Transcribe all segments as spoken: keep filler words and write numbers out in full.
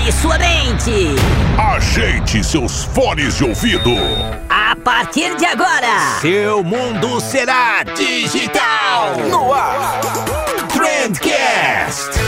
Prepare sua mente. Ajeite seus fones de ouvido. A partir de agora, seu mundo será digital. No ar, Trendcast.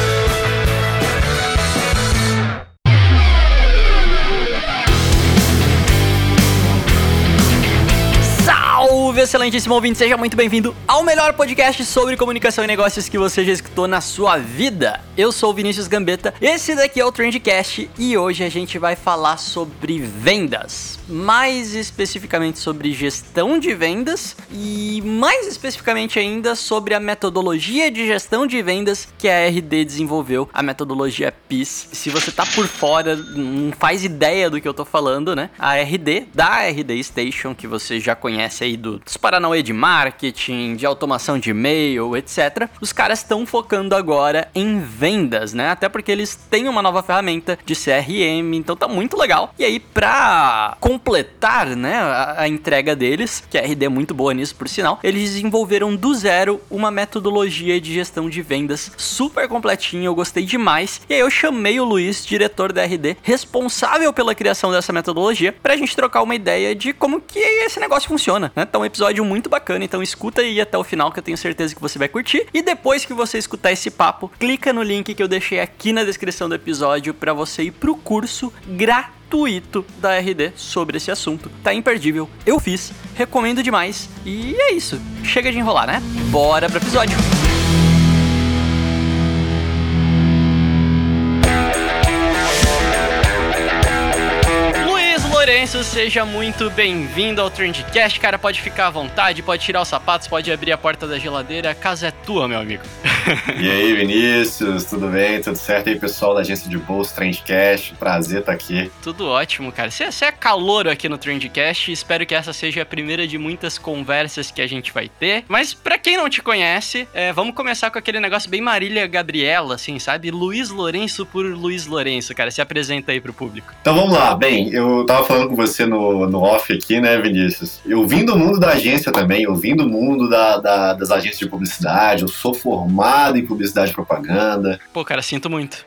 Salve, excelentíssimo ouvinte, seja muito bem-vindo ao melhor podcast sobre comunicação e negócios que você já escutou na sua vida. Eu sou o Vinícius Gambetta, esse daqui é o Trendcast e hoje a gente vai falar sobre vendas, mais especificamente sobre gestão de vendas e mais especificamente ainda sobre a metodologia de gestão de vendas que a R D desenvolveu, a metodologia P I S. Se você tá por fora, não faz ideia do que eu tô falando, né? A R D, da R D Station, que você já conhece aí do, dos Paranauê de marketing, de automação de e-mail, etcétera. Os caras estão focando agora em vendas, né? Até porque eles têm uma nova ferramenta de C R M, então tá muito legal. E aí, pra completar, né, a, a entrega deles, que a R D é muito boa nisso, por sinal, eles desenvolveram do zero uma metodologia de gestão de vendas super completinha, eu gostei demais. E aí eu chamei o Luiz, diretor da R D, responsável pela criação dessa metodologia, pra gente trocar uma ideia de como que esse negócio funciona, né? Tá um episódio muito bacana, então escuta aí até o final que eu tenho certeza que você vai curtir. E depois que você escutar esse papo, clica no link que eu deixei aqui na descrição do episódio pra você ir pro curso gratuito gratuito da R D sobre esse assunto. Tá imperdível, eu fiz, recomendo demais. E é isso, chega de enrolar, né? Bora pro episódio. Lourenço, seja muito bem-vindo ao Trendcast, cara, pode ficar à vontade, pode tirar os sapatos, pode abrir a porta da geladeira, a casa é tua, meu amigo. E aí, Vinícius, tudo bem? Tudo certo aí, pessoal da agência de bolsa Trendcast? Prazer estar aqui. Tudo ótimo, cara. Você, você é calouro aqui no Trendcast, espero que essa seja a primeira de muitas conversas que a gente vai ter. Mas pra quem não te conhece, é, vamos começar com aquele negócio bem Marília Gabriela, assim, sabe? Luiz Lourenço por Luiz Lourenço, cara, se apresenta aí pro público. Então vamos lá, bem, eu tava falando com você no, no off aqui, né, Vinícius? Eu vim do mundo da agência também, eu vim do mundo da, da, das agências de publicidade, eu sou formado em publicidade e propaganda. Pô, cara, sinto muito.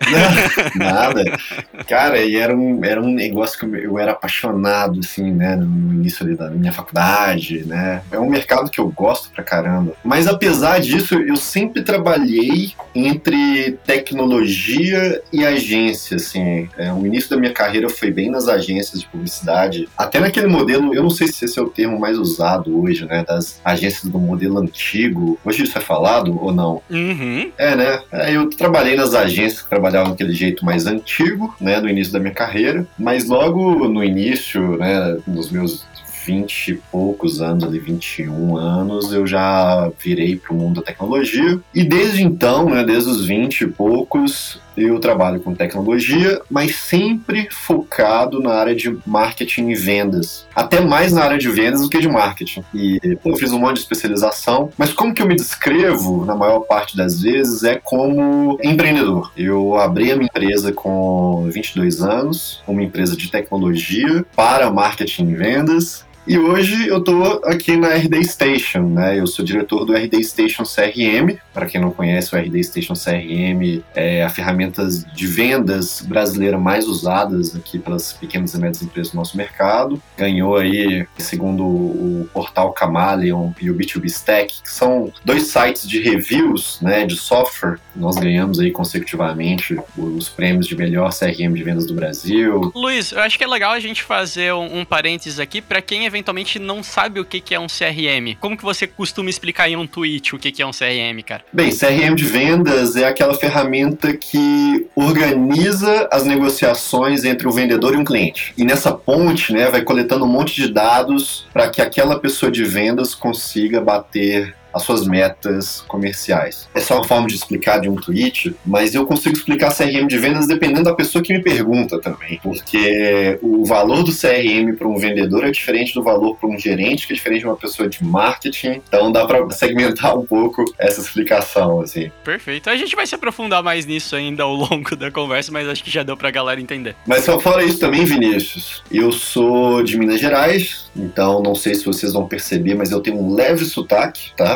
Nada. Cara, e era um, era um negócio que eu era apaixonado, assim, né, no início ali da minha faculdade, né? É um mercado que eu gosto pra caramba. Mas apesar disso, eu sempre trabalhei entre tecnologia e agência, assim. É, o início da minha carreira foi bem nas agências de publicidade. Até naquele modelo, eu não sei se esse é o termo mais usado hoje, né? Das agências do modelo antigo. Hoje isso é falado ou não? Uhum. É, né? Eu trabalhei nas agências que trabalhavam daquele jeito mais antigo, né? No início da minha carreira. Mas logo no início, né? Nos meus vinte e poucos anos, ali vinte e um anos, eu já virei para o mundo da tecnologia. E desde então, né, desde os vinte e poucos, eu trabalho com tecnologia, mas sempre focado na área de marketing e vendas. Até mais na área de vendas do que de marketing. E eu fiz um monte de especialização, mas como que eu me descrevo, na maior parte das vezes, é como empreendedor. Eu abri a minha empresa com vinte e dois anos, uma empresa de tecnologia para marketing e vendas. E hoje eu tô aqui na R D Station, né? Eu sou diretor do R D Station C R M. Para quem não conhece, o R D Station C R M é a ferramenta de vendas brasileira mais usadas aqui pelas pequenas e médias empresas do nosso mercado. Ganhou aí, segundo o portal Camaleon e o B dois B Stack, que são dois sites de reviews, né, de software. Nós ganhamos aí consecutivamente os prêmios de melhor C R M de vendas do Brasil. Luiz, eu acho que é legal a gente fazer um, um parênteses aqui para quem eventualmente não sabe o que, que é um C R M. Como que você costuma explicar em um tweet o que, que é um C R M, cara? Bem, C R M de vendas é aquela ferramenta que organiza as negociações entre o vendedor e um cliente. E nessa ponte, né, vai coletando um monte de dados para que aquela pessoa de vendas consiga bater as suas metas comerciais. Essa é uma forma de explicar de um tweet, mas eu consigo explicar C R M de vendas dependendo da pessoa que me pergunta também, porque o valor do C R M para um vendedor é diferente do valor para um gerente, que é diferente de uma pessoa de marketing, então dá para segmentar um pouco essa explicação, assim. Perfeito. A gente vai se aprofundar mais nisso ainda ao longo da conversa, mas acho que já deu pra galera entender. Mas só fora isso também, Vinícius, eu sou de Minas Gerais, então não sei se vocês vão perceber, mas eu tenho um leve sotaque, tá?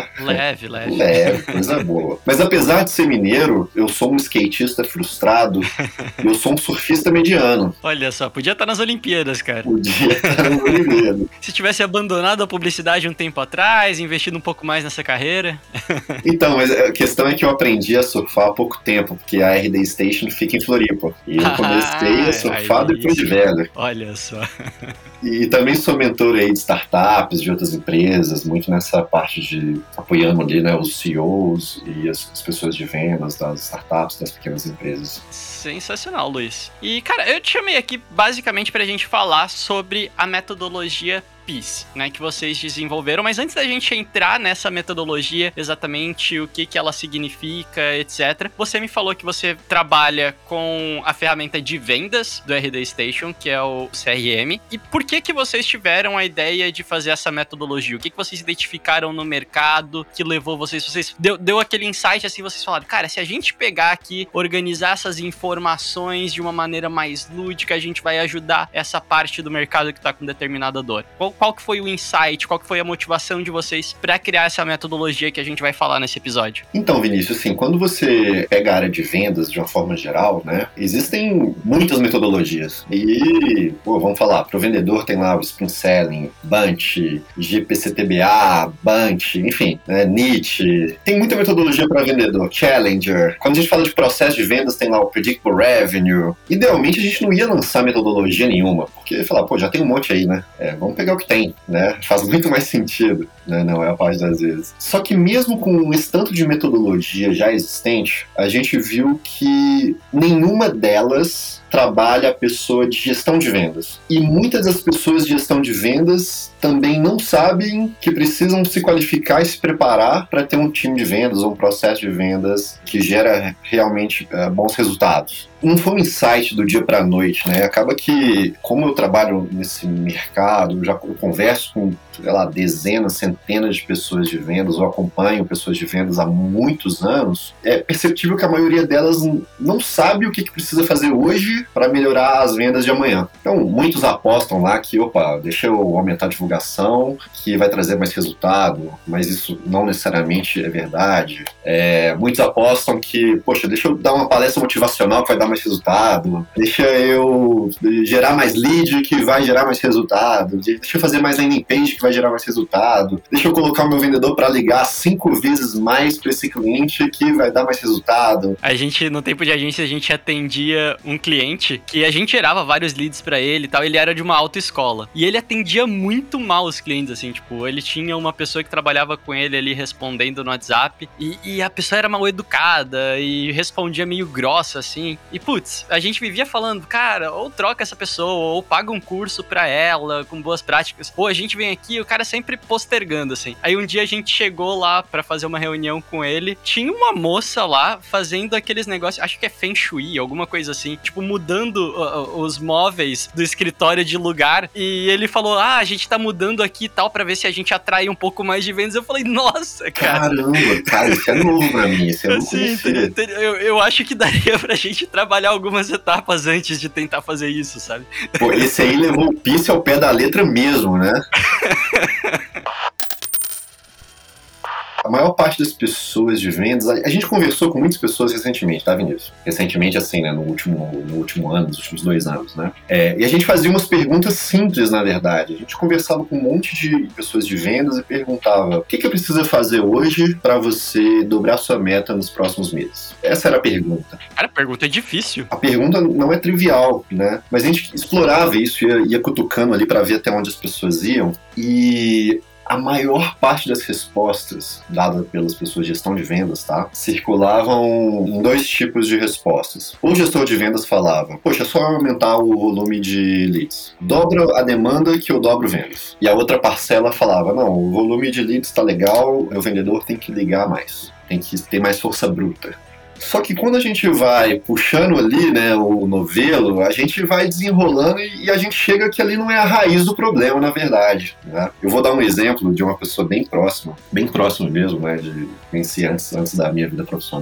Ah, Leve, leve. Leve, coisa boa. Mas apesar de ser mineiro, eu sou um skatista frustrado e eu sou um surfista mediano. Olha só, podia estar nas Olimpíadas, cara. Podia estar no Olimpíada. Se tivesse abandonado a publicidade um tempo atrás, investido um pouco mais nessa carreira. Então, mas a questão é que eu aprendi a surfar há pouco tempo, porque a R D Station fica em Floripa. E eu comecei a surfar Aí, depois de velho. Olha só. E também sou mentor aí de startups, de outras empresas, muito nessa parte de apoiando ali, né, os C E Os e as, as pessoas de vendas das startups, das pequenas empresas. Sensacional, Luiz. E, cara, eu te chamei aqui basicamente pra gente falar sobre a metodologia P I S, né, que vocês desenvolveram, mas antes da gente entrar nessa metodologia, exatamente o que que ela significa, etcétera, você me falou que você trabalha com a ferramenta de vendas do R D Station, que é o C R M, e por que que vocês tiveram a ideia de fazer essa metodologia? O que que vocês identificaram no mercado que levou vocês, vocês deu, deu aquele insight assim, vocês falaram, cara, se a gente pegar aqui, organizar essas informações de uma maneira mais lúdica, a gente vai ajudar essa parte do mercado que tá com determinada dor. Qual Qual que foi o insight, qual que foi a motivação de vocês para criar essa metodologia que a gente vai falar nesse episódio? Então, Vinícius, assim, quando você pega a área de vendas de uma forma geral, né, existem muitas metodologias. E, pô, vamos falar, para o vendedor tem lá o Sprint Selling, Bunch, G P C T B A, Bunch, enfim, né, N I T. Tem muita metodologia para vendedor, Challenger. Quando a gente fala de processo de vendas, tem lá o Predictable Revenue. Idealmente, a gente não ia lançar metodologia nenhuma, porque falar, pô, já tem um monte aí, né? É, vamos pegar o que tem, né? Faz muito mais sentido, né? Não é a parte das vezes. Só que mesmo com esse tanto de metodologia já existente, a gente viu que nenhuma delas trabalha a pessoa de gestão de vendas. E muitas das pessoas de gestão de vendas também não sabem que precisam se qualificar e se preparar para ter um time de vendas ou um processo de vendas que gera realmente uh, bons resultados. Não foi um insight do dia para a noite, né? Acaba que, como eu trabalho nesse mercado, eu já converso com, sei lá, dezenas, centenas de pessoas de vendas, ou acompanho pessoas de vendas há muitos anos, é perceptível que a maioria delas não sabe o que precisa fazer hoje para melhorar as vendas de amanhã. Então, muitos apostam lá que, opa, deixa eu aumentar a divulgação, que vai trazer mais resultado, mas isso não necessariamente é verdade. É, muitos apostam que, poxa, deixa eu dar uma palestra motivacional que vai dar mais resultado, deixa eu gerar mais lead que vai gerar mais resultado, deixa eu fazer mais landing page que vai gerar mais resultado, deixa eu colocar o meu vendedor para ligar cinco vezes mais para esse cliente que vai dar mais resultado. A gente, no tempo de agência, a gente atendia um cliente que a gente gerava vários leads para ele e tal, ele era de uma autoescola, e ele atendia muito mal os clientes, assim, tipo, ele tinha uma pessoa que trabalhava com ele ali respondendo no WhatsApp, e, e a pessoa era mal educada e respondia meio grossa, assim, e putz, a gente vivia falando, cara, ou troca essa pessoa, ou paga um curso pra ela, com boas práticas, ou a gente vem aqui, o cara sempre postergando, assim. Aí um dia a gente chegou lá pra fazer uma reunião com ele, tinha uma moça lá fazendo aqueles negócios, acho que é Feng Shui, alguma coisa assim, tipo, mudando uh, os móveis do escritório de lugar, e ele falou, ah, a gente tá mudando aqui e tal, pra ver se a gente atrai um pouco mais de vendas. Eu falei, nossa, cara. Caramba, cara, isso é novo pra mim, isso é novo. Assim, ter, ter, eu, eu acho que daria pra gente trabalhar algumas etapas antes de tentar fazer isso, sabe? Pô, esse aí levou o P ao pé da letra mesmo, né? A maior parte das pessoas de vendas, a gente conversou com muitas pessoas recentemente, tá, Vinícius? Recentemente, assim, né, no último, no último ano, nos últimos dois anos, né? É, e a gente fazia umas perguntas simples, na verdade. A gente conversava com um monte de pessoas de vendas e perguntava: o que que eu preciso fazer hoje para você dobrar sua meta nos próximos meses? Essa era a pergunta. Cara, a pergunta é difícil. A pergunta não é trivial, né? Mas a gente explorava isso, ia, ia cutucando ali para ver até onde as pessoas iam, e a maior parte das respostas dadas pelas pessoas de gestão de vendas, tá, circulavam em dois tipos de respostas. O gestor de vendas falava: poxa, é só aumentar o volume de leads. Dobra a demanda que eu dobro vendas. E a outra parcela falava: não, o volume de leads tá legal, o vendedor tem que ligar mais, tem que ter mais força bruta. Só que quando a gente vai puxando ali, né, o novelo, a gente vai desenrolando e a gente chega que ali não é a raiz do problema, na verdade, né? Eu vou dar um exemplo de uma pessoa bem próxima, bem próxima mesmo, né, de conhecer antes, antes da minha vida profissional,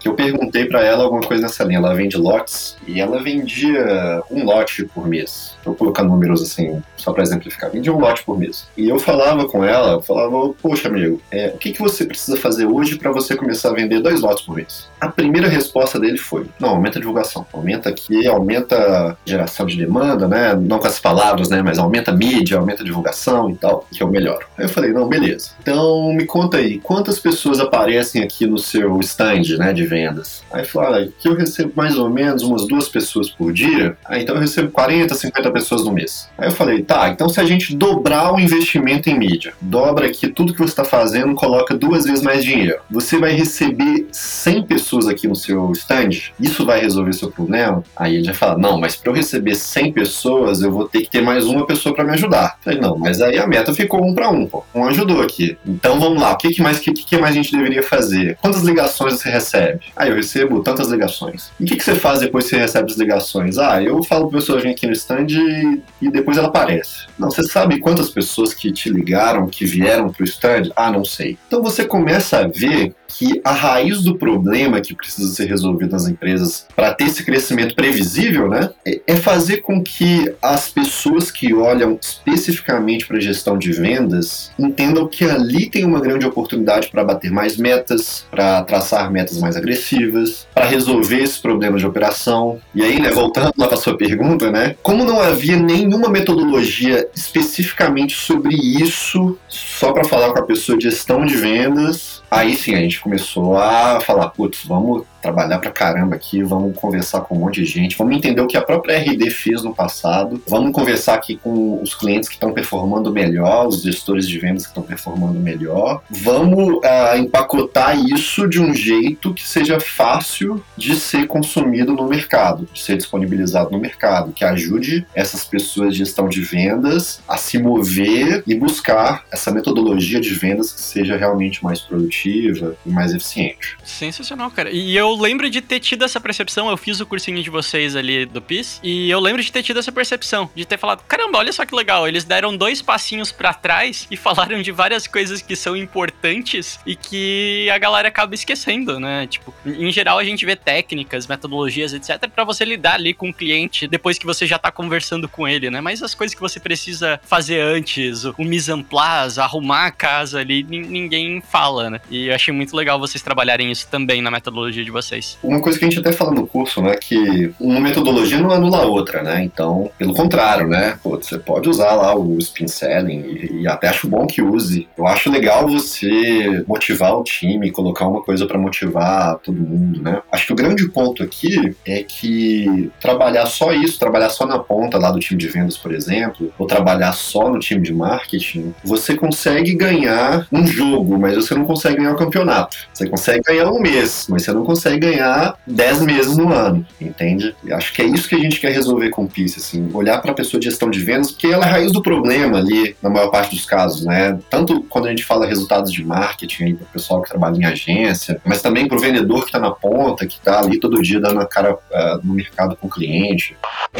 que eu perguntei pra ela alguma coisa nessa linha. Ela vende lotes e ela vendia um lote por mês. Vou colocar números assim, só pra exemplificar. Vendia um lote por mês. E eu falava com ela, eu falava, poxa, amigo, é, o que, que você precisa fazer hoje pra você começar a vender dois lotes por mês? A primeira resposta dele foi, não, aumenta a divulgação. Aumenta aqui, aumenta a geração de demanda, né? Não com as palavras, né? Mas aumenta a mídia, aumenta a divulgação e tal, que eu melhoro. Aí eu falei, não, beleza. Então, me conta aí, quantas pessoas aparecem aqui no seu stand, né, de vendas? Aí fala, aqui eu recebo mais ou menos umas duas pessoas por dia. Aí então eu recebo quarenta, cinquenta pessoas no mês. Aí eu falei, tá, então se a gente dobrar o investimento em mídia, dobra aqui tudo que você está fazendo, coloca duas vezes mais dinheiro, você vai receber cem pessoas aqui no seu stand? Isso vai resolver seu problema? Aí ele já fala, não, mas para eu receber cem pessoas, eu vou ter que ter mais uma pessoa para me ajudar. Eu falei, não, mas aí a meta ficou um para um, pô. Um ajudou aqui. Então vamos lá, o que, que mais que, que mais a gente deveria fazer? Quantas ligações você recebe? Ah, eu recebo tantas ligações. E o que, que você faz depois que você recebe as ligações? Ah, eu falo pra pessoa vir aqui no stand e, e depois ela aparece. Não, você sabe quantas pessoas que te ligaram, que vieram pro stand? Ah, não sei. Então você começa a ver que a raiz do problema que precisa ser resolvido nas empresas para ter esse crescimento previsível, né, é fazer com que as pessoas que olham especificamente para a gestão de vendas entendam que ali tem uma grande oportunidade para bater mais metas, para traçar metas mais agressivas, para resolver esses problemas de operação. E aí, né, voltando lá para a sua pergunta, né, como não havia nenhuma metodologia especificamente sobre isso, só para falar com a pessoa de gestão de vendas, aí sim a gente começou a falar, putz, vamos trabalhar pra caramba aqui, vamos conversar com um monte de gente, vamos entender o que a própria R D fez no passado, vamos conversar aqui com os clientes que estão performando melhor, os gestores de vendas que estão performando melhor, vamos uh, empacotar isso de um jeito que seja fácil de ser consumido no mercado, de ser disponibilizado no mercado, que ajude essas pessoas de gestão de vendas a se mover e buscar essa metodologia de vendas que seja realmente mais produtiva e mais eficiente. Sensacional, cara. E eu lembro de ter tido essa percepção, eu fiz o cursinho de vocês ali do P I S, e eu lembro de ter tido essa percepção, de ter falado, caramba, olha só que legal, eles deram dois passinhos pra trás e falaram de várias coisas que são importantes e que a galera acaba esquecendo, né? Tipo, em geral a gente vê técnicas, metodologias, etcétera, pra você lidar ali com o cliente depois que você já tá conversando com ele, né? Mas as coisas que você precisa fazer antes, o mise en place, arrumar a casa ali, ninguém fala, né? E eu achei muito legal vocês trabalharem isso também na metodologia de vocês. Uma coisa que a gente até fala no curso, né, que uma metodologia não anula a outra, né, então, pelo contrário, né, pô, você pode usar lá o spin selling e, e até acho bom que use. Eu acho legal você motivar o time, colocar uma coisa para motivar todo mundo, né. Acho que o grande ponto aqui é que trabalhar só isso, trabalhar só na ponta lá do time de vendas, por exemplo, ou trabalhar só no time de marketing, você consegue ganhar um jogo, mas você não consegue ganhar o campeonato. Você consegue ganhar um mês, mas você não consegue ganhar dez meses no ano, entende? Eu acho que é isso que a gente quer resolver com o P I S, assim, olhar para a pessoa de gestão de vendas, porque ela é a raiz do problema ali, na maior parte dos casos, né? Tanto quando a gente fala resultados de marketing, para o pessoal que trabalha em agência, mas também para o vendedor que está na ponta, que está ali todo dia dando a cara uh, no mercado com o cliente.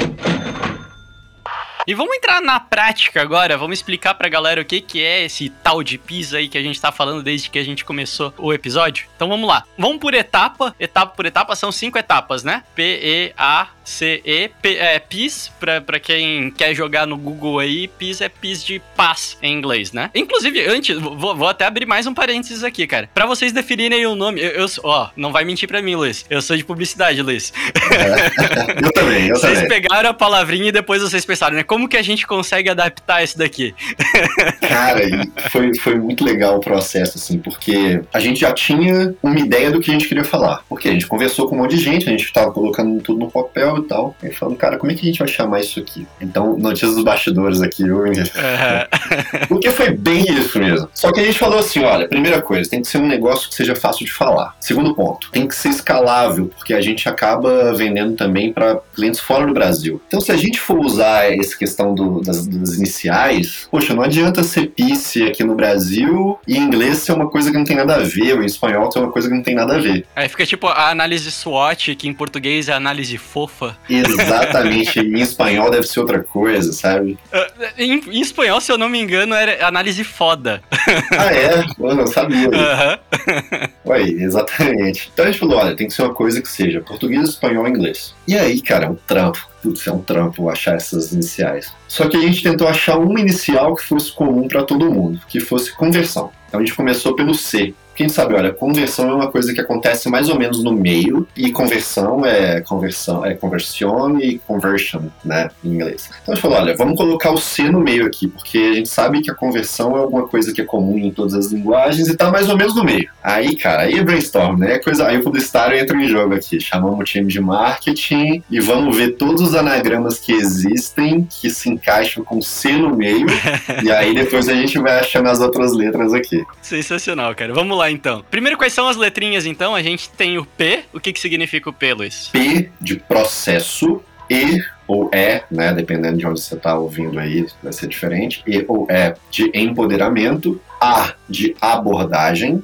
E vamos entrar na prática agora, vamos explicar pra galera o que, que é esse tal de P I S aí que a gente tá falando desde que a gente começou o episódio. Então vamos lá, vamos por etapa, etapa por etapa, são cinco etapas, né? P E A C E, P, é, P I S, pra, pra quem quer jogar no Google aí, P I S é P I S de paz em inglês, né? Inclusive, antes, vou, vou até abrir mais um parênteses aqui, cara. Pra vocês definirem o nome, eu, eu ó, não vai mentir pra mim, Luiz, eu sou de publicidade, Luiz. É, eu também, eu vocês também. Vocês pegaram a palavrinha e depois vocês pensaram, né? Como que a gente consegue adaptar isso daqui? Cara, foi, foi muito legal o processo, assim, porque a gente já tinha uma ideia do que a gente queria falar. Porque a gente conversou com um monte de gente, a gente tava colocando tudo no papel e tal. E falando, cara, como é que a gente vai chamar isso aqui? Então, notícias dos bastidores aqui. Eu... Uhum. Porque foi bem isso mesmo. Só que a gente falou assim, olha, primeira coisa, tem que ser um negócio que seja fácil de falar. Segundo ponto, tem que ser escalável, porque a gente acaba vendendo também para clientes fora do Brasil. Então, se a gente for usar essa questão do Das, das iniciais, poxa, não adianta ser P I S aqui no Brasil e em inglês ser uma coisa que não tem nada a ver, ou em espanhol ser uma coisa que não tem nada a ver. Aí fica tipo a análise SWOT, que em português é análise fofa. Exatamente, em espanhol deve ser outra coisa, sabe? Uh, em, em espanhol, se eu não me engano, era análise foda. Ah, é? Eu não sabia. Uhum. Ué, exatamente. Então a gente falou, olha, tem que ser uma coisa que seja português, espanhol e inglês. E aí, cara, é um trampo. Putz, é um trampo achar essas iniciais. Só que a gente tentou achar uma inicial que fosse comum para todo mundo, que fosse conversão. Então a gente começou pelo C. Quem sabe, olha, conversão é uma coisa que acontece mais ou menos no meio, e conversão é conversão, é conversion e conversion, né, em inglês. Então a gente falou, olha, vamos colocar o C no meio aqui, porque a gente sabe que a conversão é alguma coisa que é comum em todas as linguagens e tá mais ou menos no meio. Aí, cara, aí é brainstorm, né, coisa, aí o publicitário entra em jogo aqui, chamamos o time de marketing e vamos ver todos os anagramas que existem que se encaixam com C no meio, e aí depois a gente vai achando as outras letras aqui. Sensacional, cara. Vamos lá, então. Primeiro, quais são as letrinhas, então? A gente tem o P. O que que significa o P, Luiz? P de processo, E ou E, né, dependendo de onde você está ouvindo aí, vai ser diferente. E ou E de empoderamento, A de abordagem,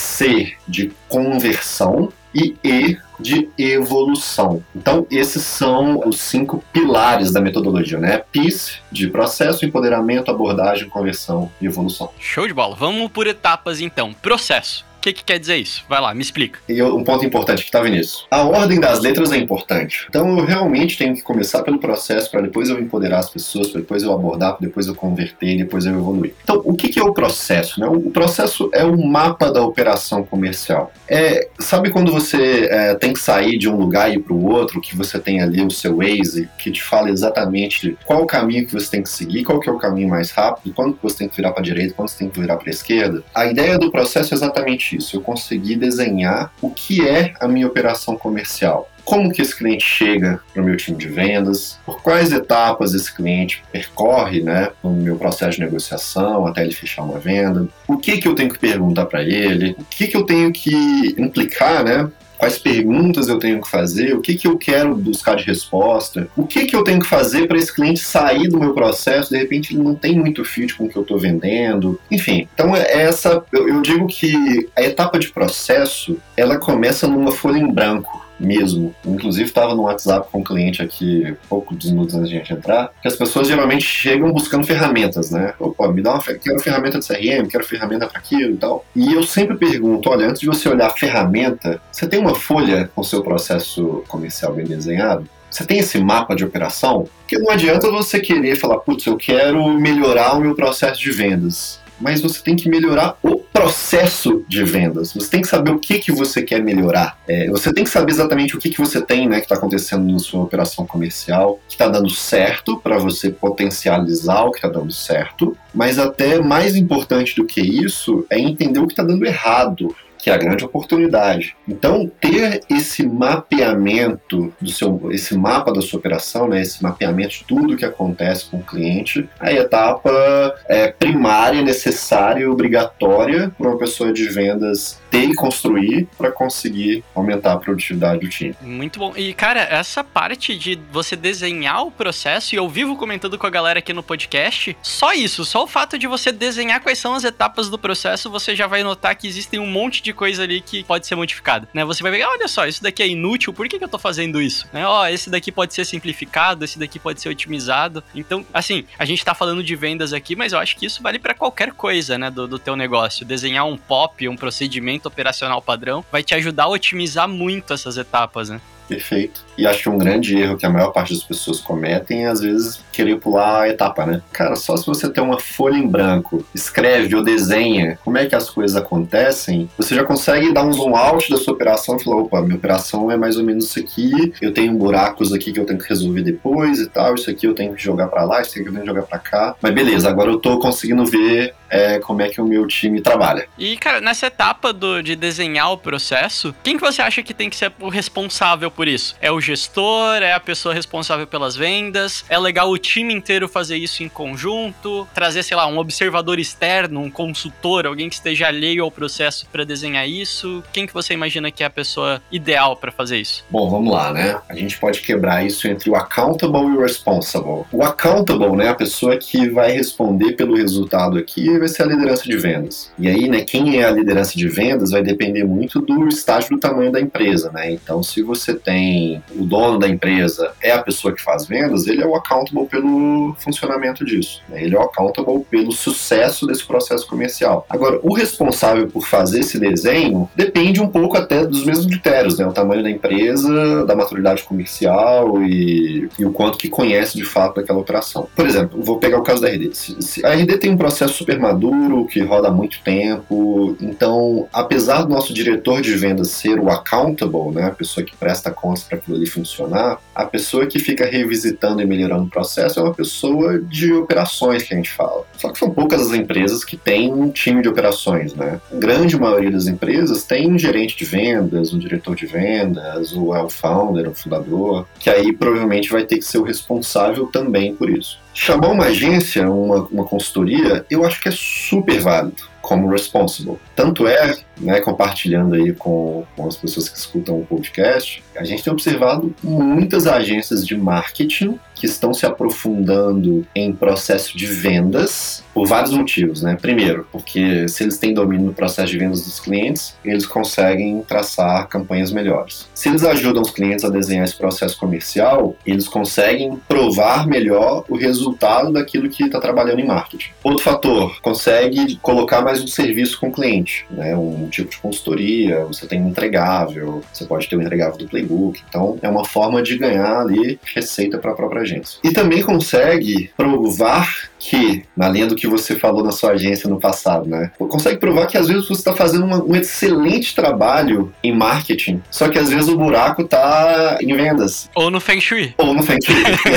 C de conversão e E de evolução. Então, esses são os cinco pilares da metodologia, né? P I S, de processo, empoderamento, abordagem, conversão e evolução. Show de bola. Vamos por etapas, então. Processo. O que que quer dizer isso? Vai lá, me explica. E um ponto importante que estava nisso. A ordem das letras é importante. Então, eu realmente tenho que começar pelo processo para depois eu empoderar as pessoas, para depois eu abordar, para depois eu converter, depois eu evoluir. Então, o que que é o processo, né? O processo é o mapa da operação comercial. É, sabe quando você é, tem que sair de um lugar e ir para o outro, que você tem ali o seu Waze, que te fala exatamente qual o caminho que você tem que seguir, qual que é o caminho mais rápido, quando que você tem que virar para a direita, quando você tem que virar para a esquerda? A ideia do processo é exatamente isso. Eu consegui desenhar o que é a minha operação comercial. Como que esse cliente chega para o meu time de vendas, por quais etapas esse cliente percorre, né, no meu processo de negociação até ele fechar uma venda, o que que eu tenho que perguntar para ele, o que que eu tenho que implicar, né, quais perguntas eu tenho que fazer, o que que eu quero buscar de resposta, o que que eu tenho que fazer para esse cliente sair do meu processo, de repente ele não tem muito fit com o que eu estou vendendo, enfim. Então essa, eu, eu digo que a etapa de processo, ela começa numa folha em branco mesmo. Inclusive estava no WhatsApp com um cliente aqui, poucos minutos antes de a gente entrar, que as pessoas geralmente chegam buscando ferramentas, né? Opa, me dá uma fer- quero ferramenta de C R M, quero ferramenta para aquilo e tal. E eu sempre pergunto, olha, antes de você olhar a ferramenta, você tem uma folha com o seu processo comercial bem desenhado? Você tem esse mapa de operação? Porque não adianta você querer falar, putz, eu quero melhorar o meu processo de vendas. Mas você tem que melhorar o processo de vendas. Você tem que saber o que, que você quer melhorar. É, você tem que saber exatamente o que, que você tem, né, que está acontecendo na sua operação comercial, que está dando certo para você potencializar o que está dando certo. Mas até mais importante do que isso é entender o que está dando errado, que é a grande oportunidade. Então, ter esse mapeamento, do seu, esse mapa da sua operação, né, esse mapeamento de tudo que acontece com o cliente, é a etapa é, primária, necessária e obrigatória para uma pessoa de vendas ter e construir para conseguir aumentar a produtividade do time. Muito bom. E, cara, essa parte de você desenhar o processo, e eu vivo comentando com a galera aqui no podcast, só isso, só o fato de você desenhar quais são as etapas do processo, você já vai notar que existem um monte de coisa ali que pode ser modificada, né? Você vai ver, olha só, isso daqui é inútil, por que que eu tô fazendo isso? Né? Ó, esse daqui pode ser simplificado, esse daqui pode ser otimizado. Então, assim, a gente tá falando de vendas aqui, mas eu acho que isso vale para qualquer coisa, né, do, do teu negócio. Desenhar um P O P, um procedimento operacional padrão, vai te ajudar a otimizar muito essas etapas, né? Perfeito. E acho que um grande erro que a maior parte das pessoas cometem é, às vezes, querer pular a etapa, né? Cara, só se você tem uma folha em branco, escreve ou desenha como é que as coisas acontecem, você já consegue dar um zoom out da sua operação e falar, opa, minha operação é mais ou menos isso aqui, eu tenho buracos aqui que eu tenho que resolver depois e tal, isso aqui eu tenho que jogar pra lá, isso aqui eu tenho que jogar pra cá. Mas beleza, agora eu tô conseguindo ver é, como é que o meu time trabalha. E, cara, nessa etapa do, de desenhar o processo, quem que você acha que tem que ser o responsável por isso? É o gestor? É a pessoa responsável pelas vendas? É legal o time inteiro fazer isso em conjunto? Trazer, sei lá, um observador externo, um consultor, alguém que esteja alheio ao processo para desenhar isso? Quem que você imagina que é a pessoa ideal para fazer isso? Bom, vamos lá, né? A gente pode quebrar isso entre o accountable e o responsible. O accountable, né? A pessoa que vai responder pelo resultado aqui ser, vai ser a liderança de vendas. E aí, né, quem é a liderança de vendas vai depender muito do estágio do tamanho da empresa, né? Então, se você tem o dono da empresa é a pessoa que faz vendas, ele é o accountable pelo funcionamento disso, né? Ele é o accountable pelo sucesso desse processo comercial. Agora, o responsável por fazer esse desenho depende um pouco até dos mesmos critérios, né? O tamanho da empresa, da maturidade comercial e, e o quanto que conhece de fato daquela operação. Por exemplo, vou pegar o caso da R D. Se, se a R D tem um processo super maduro, que roda há muito tempo, então, apesar do nosso diretor de vendas ser o accountable, né, a pessoa que presta contas para aquilo ali funcionar, a pessoa que fica revisitando e melhorando o processo é uma pessoa de operações que a gente fala. Só que são poucas as empresas que têm um time de operações, né? A grande maioria das empresas tem um gerente de vendas, um diretor de vendas, ou é o founder, o fundador, que aí provavelmente vai ter que ser o responsável também por isso. Chamar uma agência, uma, uma consultoria, eu acho que é super válido como responsible. Tanto é, né, compartilhando aí com, com as pessoas que escutam o podcast, a gente tem observado muitas agências de marketing que estão se aprofundando em processo de vendas por vários motivos, né? Primeiro, porque se eles têm domínio no processo de vendas dos clientes, eles conseguem traçar campanhas melhores. Se eles ajudam os clientes a desenhar esse processo comercial, eles conseguem provar melhor o resultado daquilo que está trabalhando em marketing. Outro fator, consegue colocar mais um serviço com o cliente, né? Um tipo de consultoria, você tem um entregável, você pode ter um entregável do playbook, então é uma forma de ganhar ali receita para a própria agência. E também consegue provar que, na linha do que você falou na sua agência no passado, né? Consegue provar que às vezes você está fazendo uma, um excelente trabalho em marketing, só que às vezes o buraco está em vendas. Ou no Feng Shui. Ou no Feng Shui.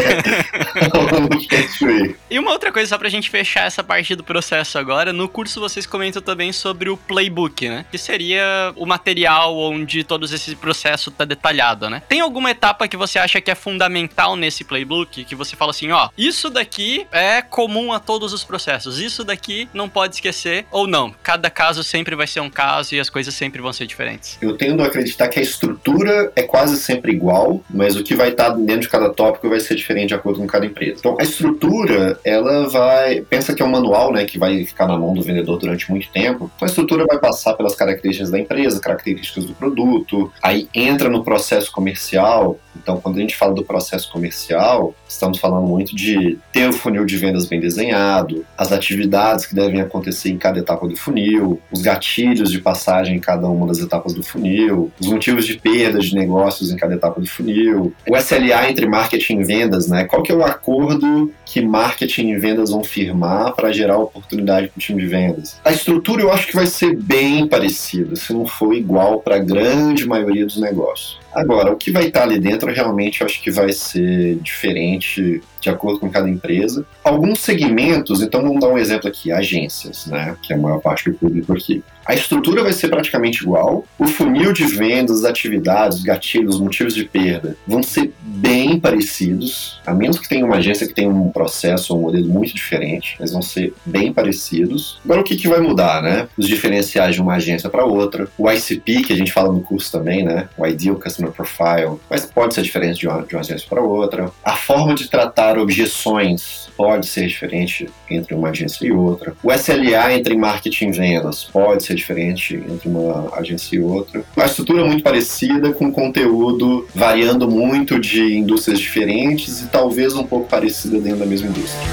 Ou no Feng Shui. E uma outra coisa, só pra gente fechar essa parte do processo agora, no curso vocês comentam também sobre o playbook, né? Que seria o material onde todo esse processo tá detalhado, né? Tem alguma etapa que você acha que é fundamental nesse playbook? Que você fala assim, ó, isso daqui é comum a todos os processos, isso daqui não pode esquecer, ou não, cada caso sempre vai ser um caso e as coisas sempre vão ser diferentes. Eu tendo a acreditar que a estrutura é quase sempre igual, mas o que vai estar dentro de cada tópico vai ser diferente de acordo com cada empresa. Então, a estrutura, ela vai... Pensa que é um manual, né, que vai ficar na mão do vendedor durante muito tempo. Então, a estrutura vai passar pelas características da empresa, características do produto, aí entra no processo comercial. Então, quando a gente fala do processo comercial, estamos falando muito de ter o funil de vendas bem desenhado, as atividades que devem acontecer em cada etapa do funil, os gatilhos de passagem em cada uma das etapas do funil, os motivos de perda de negócios em cada etapa do funil, o S L A entre marketing e vendas, né? Qual que é o acordo que marketing e vendas vão firmar para gerar oportunidade para o time de vendas? A estrutura eu acho que vai ser bem parecida, se não for igual para a grande maioria dos negócios. Agora, o que vai estar ali dentro realmente eu acho que vai ser diferente de acordo com cada empresa. Alguns segmentos, então vamos dar um exemplo aqui, agências, né, que é a maior parte do público aqui. A estrutura vai ser praticamente igual, o funil de vendas, as atividades, os gatilhos, os motivos de perda vão ser bem parecidos, a menos que tenha uma agência que tenha um processo ou um modelo muito diferente, mas vão ser bem parecidos. Agora, o que, que vai mudar, né? Os diferenciais de uma agência para outra, o I C P, que a gente fala no curso também, né? O Ideal Customer Profile, mas pode ser diferente de uma, de uma agência para outra. A forma de tratar objeções pode ser diferente entre uma agência e outra. O S L A entre marketing e vendas pode ser diferente entre uma agência e outra. A estrutura é muito parecida, com conteúdo variando muito de indústrias diferentes e talvez um pouco parecida dentro da mesma indústria.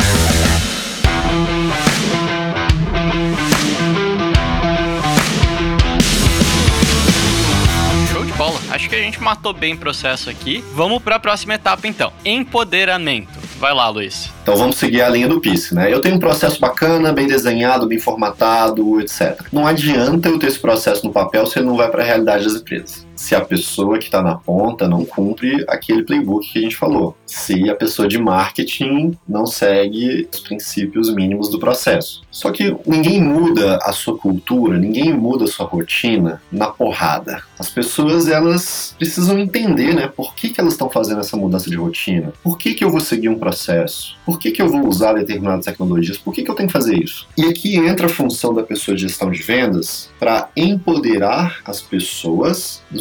Acho que a gente matou bem o processo aqui. Vamos para a próxima etapa, então. Empoderamento. Vai lá, Luiz. Então vamos seguir a linha do P I C, né? Eu tenho um processo bacana, bem desenhado, bem formatado, etcétera. Não adianta eu ter esse processo no papel se ele não vai para a realidade das empresas. Se a pessoa que está na ponta não cumpre aquele playbook que a gente falou. Se a pessoa de marketing não segue os princípios mínimos do processo. Só que ninguém muda a sua cultura, ninguém muda a sua rotina na porrada. As pessoas, elas precisam entender, né? Por que, que elas estão fazendo essa mudança de rotina? Por que, que eu vou seguir um processo? Por que, que eu vou usar determinadas tecnologias? Por que, que eu tenho que fazer isso? E aqui entra a função da pessoa de gestão de vendas para empoderar as pessoas dos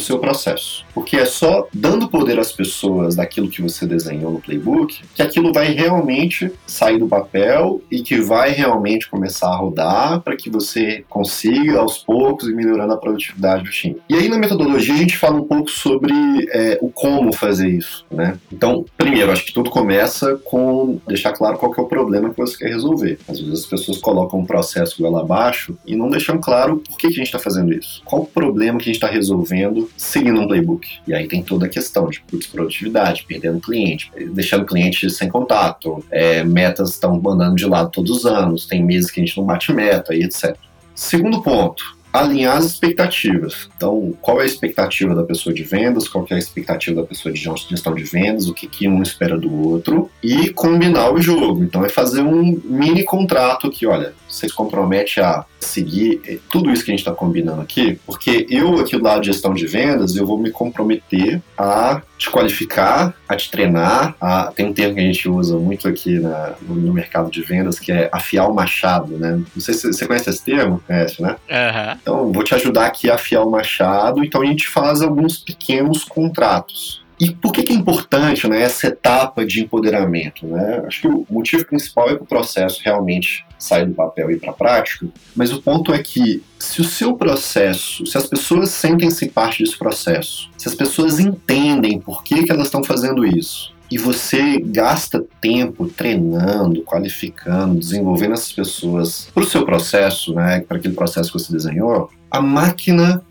seu processo. Porque é só dando poder às pessoas daquilo que você desenhou no playbook que aquilo vai realmente sair do papel e que vai realmente começar a rodar para que você consiga, aos poucos, ir melhorando a produtividade do time. E aí, na metodologia, a gente fala um pouco sobre é, o como fazer isso, né? Então, primeiro, acho que tudo começa com deixar claro qual que é o problema que você quer resolver. Às vezes as pessoas colocam um processo goela abaixo e não deixam claro por que, que a gente está fazendo isso. Qual o problema que a gente está resolvendo seguindo um playbook. E aí tem toda a questão de putz, produtividade, perdendo cliente, deixando o cliente sem contato, é, metas estão andando de lado todos os anos, tem meses que a gente não bate meta e etcétera. Segundo ponto, alinhar as expectativas. Então, qual é a expectativa da pessoa de vendas, qual é a expectativa da pessoa de gestão de vendas, o que, que um espera do outro, e combinar o jogo. Então, é fazer um mini contrato que, olha, você se compromete a seguir tudo isso que a gente está combinando aqui, porque eu, aqui do lado de gestão de vendas, eu vou me comprometer a te qualificar, a te treinar. A... Tem um termo que a gente usa muito aqui na, no mercado de vendas, que é afiar o machado, né? Não sei se você conhece esse termo, conhece, né? Uhum. Então, vou te ajudar aqui a afiar o machado. Então, a gente faz alguns pequenos contratos. E por que, que é importante, né, essa etapa de empoderamento? Né? Acho que o motivo principal é que o processo realmente sair do papel e ir para a prática, mas o ponto é que se o seu processo, se as pessoas sentem-se parte desse processo, se as pessoas entendem por que, que elas estão fazendo isso, e você gasta tempo treinando, qualificando, desenvolvendo essas pessoas para o seu processo, né, para aquele processo que você desenhou, a máquina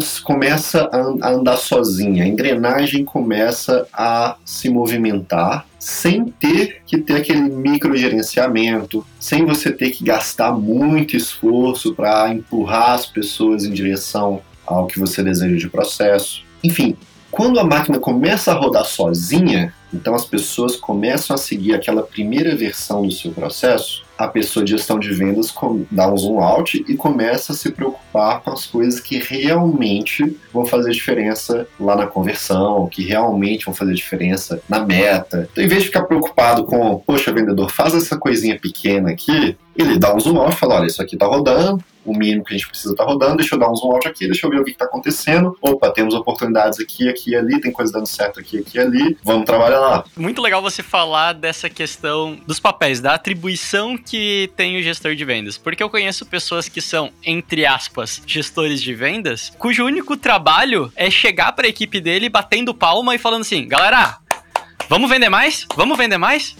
começa a andar sozinha, a engrenagem começa a se movimentar sem ter que ter aquele microgerenciamento, sem você ter que gastar muito esforço para empurrar as pessoas em direção ao que você deseja de processo. Enfim, quando a máquina começa a rodar sozinha, então as pessoas começam a seguir aquela primeira versão do seu processo, a pessoa de gestão de vendas dá um zoom out e começa a se preocupar com as coisas que realmente vão fazer diferença lá na conversão, que realmente vão fazer diferença na meta. Então, em vez de ficar preocupado com, poxa, vendedor, faz essa coisinha pequena aqui, ele dá um zoom out e fala, olha, isso aqui tá rodando, o mínimo que a gente precisa estar tá rodando, deixa eu dar um zoom out aqui, deixa eu ver o que está acontecendo. Opa, temos oportunidades aqui, aqui e ali, tem coisa dando certo aqui, aqui e ali, vamos trabalhar lá. Muito legal você falar dessa questão dos papéis, da atribuição que tem o gestor de vendas, porque eu conheço pessoas que são, entre aspas, gestores de vendas, cujo único trabalho é chegar para a equipe dele batendo palma e falando assim, galera, vamos vender mais? Vamos vender mais?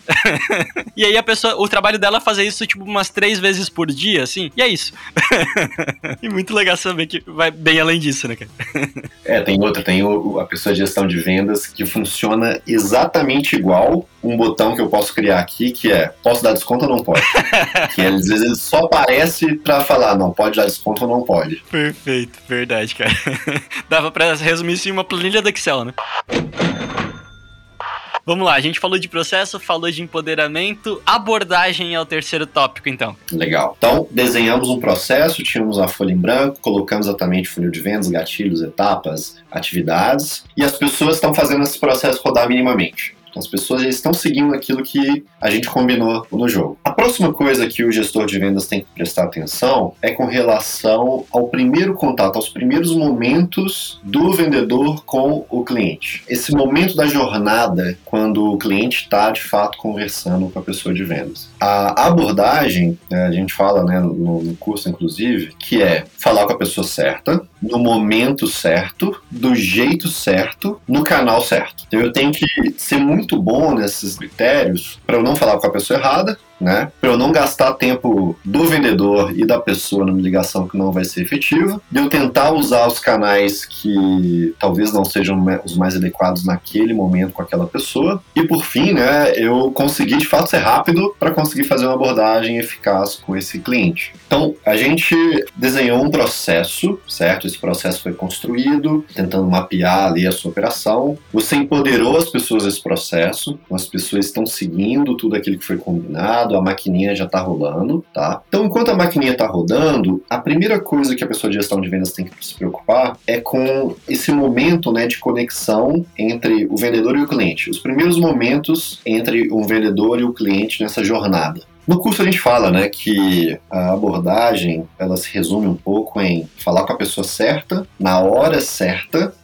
E aí a pessoa, o trabalho dela é fazer isso tipo umas três vezes por dia, assim, e é isso. E muito legal saber que vai bem além disso, né, cara? É, tem outra, tem o, a pessoa de gestão de vendas que funciona exatamente igual um botão que eu posso criar aqui, que é, posso dar desconto ou não pode? Que às vezes ele só aparece pra falar, não, pode dar desconto ou não pode. Perfeito, verdade, cara. Dava pra resumir isso em uma planilha do Excel, né? Vamos lá, a gente falou de processo, falou de empoderamento, abordagem é o terceiro tópico, então. Legal. Então, desenhamos um processo, tínhamos a folha em branco, colocamos exatamente funil de vendas, gatilhos, etapas, atividades, e as pessoas estão fazendo esse processo rodar minimamente. Então, as pessoas já estão seguindo aquilo que a gente combinou no jogo. A próxima coisa que o gestor de vendas tem que prestar atenção é com relação ao primeiro contato, aos primeiros momentos do vendedor com o cliente. Esse momento da jornada, quando o cliente está, de fato, conversando com a pessoa de vendas. A abordagem, a gente fala, né, no, no curso, inclusive, que é falar com a pessoa certa, no momento certo, do jeito certo, no canal certo. Então, eu tenho que ser muito muito bom nesses critérios para eu não falar com a pessoa errada, né? Para eu não gastar tempo do vendedor e da pessoa numa ligação que não vai ser efetiva, de eu tentar usar os canais que talvez não sejam os mais adequados naquele momento com aquela pessoa, e por fim, né, eu conseguir de fato ser rápido para conseguir fazer uma abordagem eficaz com esse cliente. Então, a gente desenhou um processo, certo? Esse processo foi construído, tentando mapear ali a sua operação. Você empoderou as pessoas nesse processo, as pessoas estão seguindo tudo aquilo que foi combinado, a maquininha já está rolando, tá? Então, enquanto a maquininha está rodando, a primeira coisa que a pessoa de gestão de vendas tem que se preocupar é com esse momento, né, de conexão entre o vendedor e o cliente. Os primeiros momentos entre o vendedor e o cliente nessa jornada. No curso a gente fala, né, que a abordagem, ela se resume um pouco em falar com a pessoa certa, na hora certa,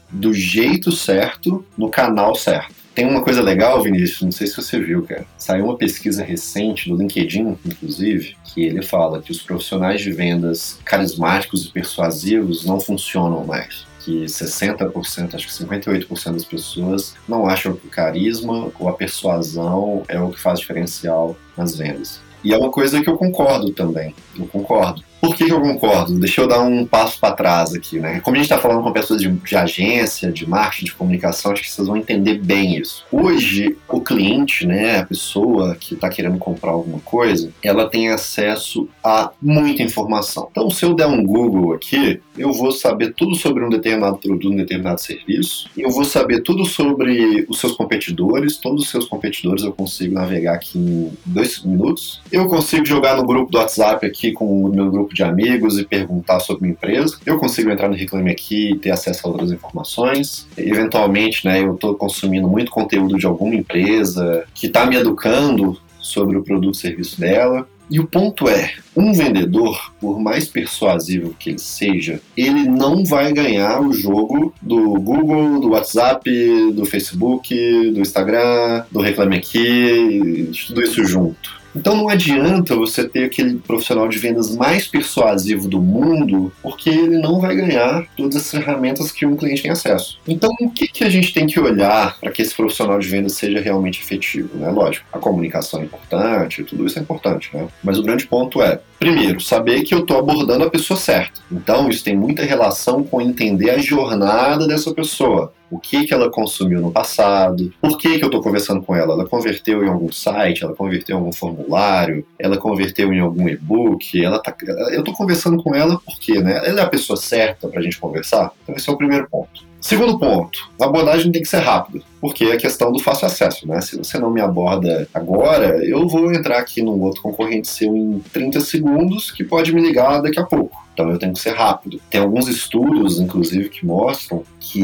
do jeito certo, no canal certo. Tem uma coisa legal, Vinícius, não sei se você viu, cara. Saiu uma pesquisa recente do LinkedIn, inclusive, que ele fala que os profissionais de vendas carismáticos e persuasivos não funcionam mais. Que sessenta por cento, acho que cinquenta e oito por cento das pessoas não acham que o carisma ou a persuasão é o que faz diferencial nas vendas. E é uma coisa que eu concordo também, eu concordo. Por que, que eu concordo? Deixa eu dar um passo para trás aqui, né? Como a gente está falando com pessoas de, de agência, de marketing, de comunicação, acho que vocês vão entender bem isso. Hoje, o cliente, né, a pessoa que está querendo comprar alguma coisa, ela tem acesso a muita informação. Então, se eu der um Google aqui, eu vou saber tudo sobre um determinado produto, um determinado serviço, e eu vou saber tudo sobre os seus competidores, todos os seus competidores eu consigo navegar aqui em dois minutos. Eu consigo jogar no grupo do WhatsApp aqui com o meu grupo de amigos e perguntar sobre minha empresa. Eu consigo entrar no Reclame Aqui e ter acesso a outras informações. Eventualmente, né, eu estou consumindo muito conteúdo de alguma empresa que está me educando sobre o produto e serviço dela. E o ponto é, um vendedor, por mais persuasivo que ele seja, ele não vai ganhar o jogo do Google, do WhatsApp, do Facebook, do Instagram, do Reclame Aqui, de tudo isso junto. Então não adianta você ter aquele profissional de vendas mais persuasivo do mundo, porque ele não vai ganhar todas as ferramentas que um cliente tem acesso. Então o que, que a gente tem que olhar para que esse profissional de vendas seja realmente efetivo, né? Lógico, a comunicação é importante, tudo isso é importante, né? Mas o grande ponto é, primeiro, saber que eu estou abordando a pessoa certa. Então isso tem muita relação com entender a jornada dessa pessoa. O que, que ela consumiu no passado, por que, que eu estou conversando com ela? Ela converteu em algum site, ela converteu em algum formulário, ela converteu em algum e-book, ela tá, eu estou conversando com ela porque, né? Ela é a pessoa certa para a gente conversar? Então esse é o primeiro ponto. Segundo ponto, a abordagem tem que ser rápida, porque é a questão do fácil acesso, né? Se você não me aborda agora, eu vou entrar aqui num outro concorrente seu em trinta segundos que pode me ligar daqui a pouco. Então eu tenho que ser rápido. Tem alguns estudos, inclusive, que mostram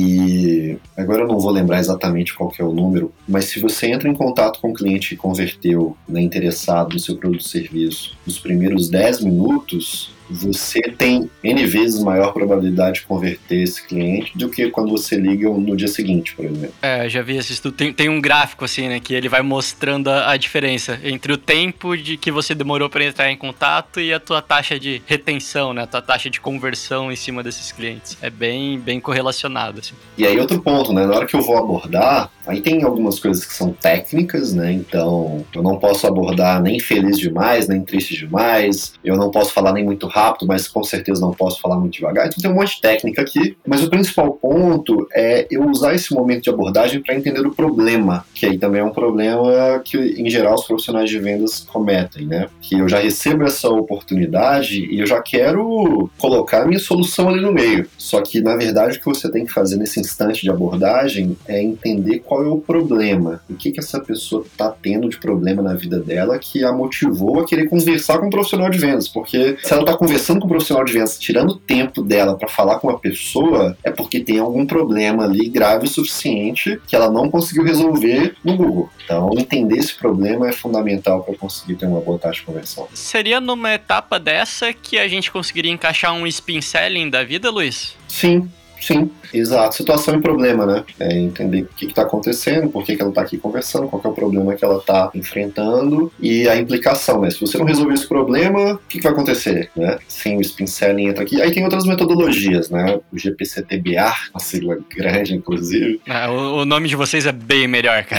que, agora eu não vou lembrar exatamente qual que é o número, mas se você entra em contato com um cliente que converteu, né, interessado no seu produto ou serviço nos primeiros dez minutos, você tem N vezes maior probabilidade de converter esse cliente do que quando você liga no dia seguinte, por exemplo. É, eu já vi esse estudo. Tem, tem um gráfico assim, né, que ele vai mostrando a, a diferença entre o tempo de que você demorou para entrar em contato e a tua taxa de retenção, né, a tua taxa de conversão em cima desses clientes. É bem, bem correlacionado, assim. E aí outro ponto, né, na hora que eu vou abordar, aí tem algumas coisas que são técnicas, né, então eu não posso abordar nem feliz demais, nem triste demais, eu não posso falar nem muito rápido, mas com certeza não posso falar muito devagar. Então tem um monte de técnica aqui, mas o principal ponto é eu usar esse momento de abordagem para entender o problema, que aí também é um problema que, em geral, os profissionais de vendas cometem, né? Que eu já recebo essa oportunidade e eu já quero colocar a minha solução ali no meio. Só que, na verdade, o que você tem que fazer nesse instante de abordagem é entender qual é o problema. O que, que essa pessoa está tendo de problema na vida dela que a motivou a querer conversar com um profissional de vendas. Porque se ela está conversando com um profissional de vendas, tirando o tempo dela para falar com uma pessoa, é porque tem algum problema ali grave o suficiente que ela não conseguiu resolver no Google. Então, entender esse problema é fundamental para conseguir ter uma boa taxa de conversão. Seria numa etapa dessa que a gente conseguiria encaixar um spin selling da vida, Luiz? Sim. Sim, exato. Situação e problema, né? É entender o que está acontecendo, por que, que ela está aqui conversando, qual que é o problema que ela está enfrentando e a implicação, né? Se você não resolver esse problema, o que, que vai acontecer, né? Sim, o spin selling entra aqui. Aí tem outras metodologias, né? O G P C T B A, uma sigla grande, inclusive. Ah, o, o nome de vocês é bem melhor, cara.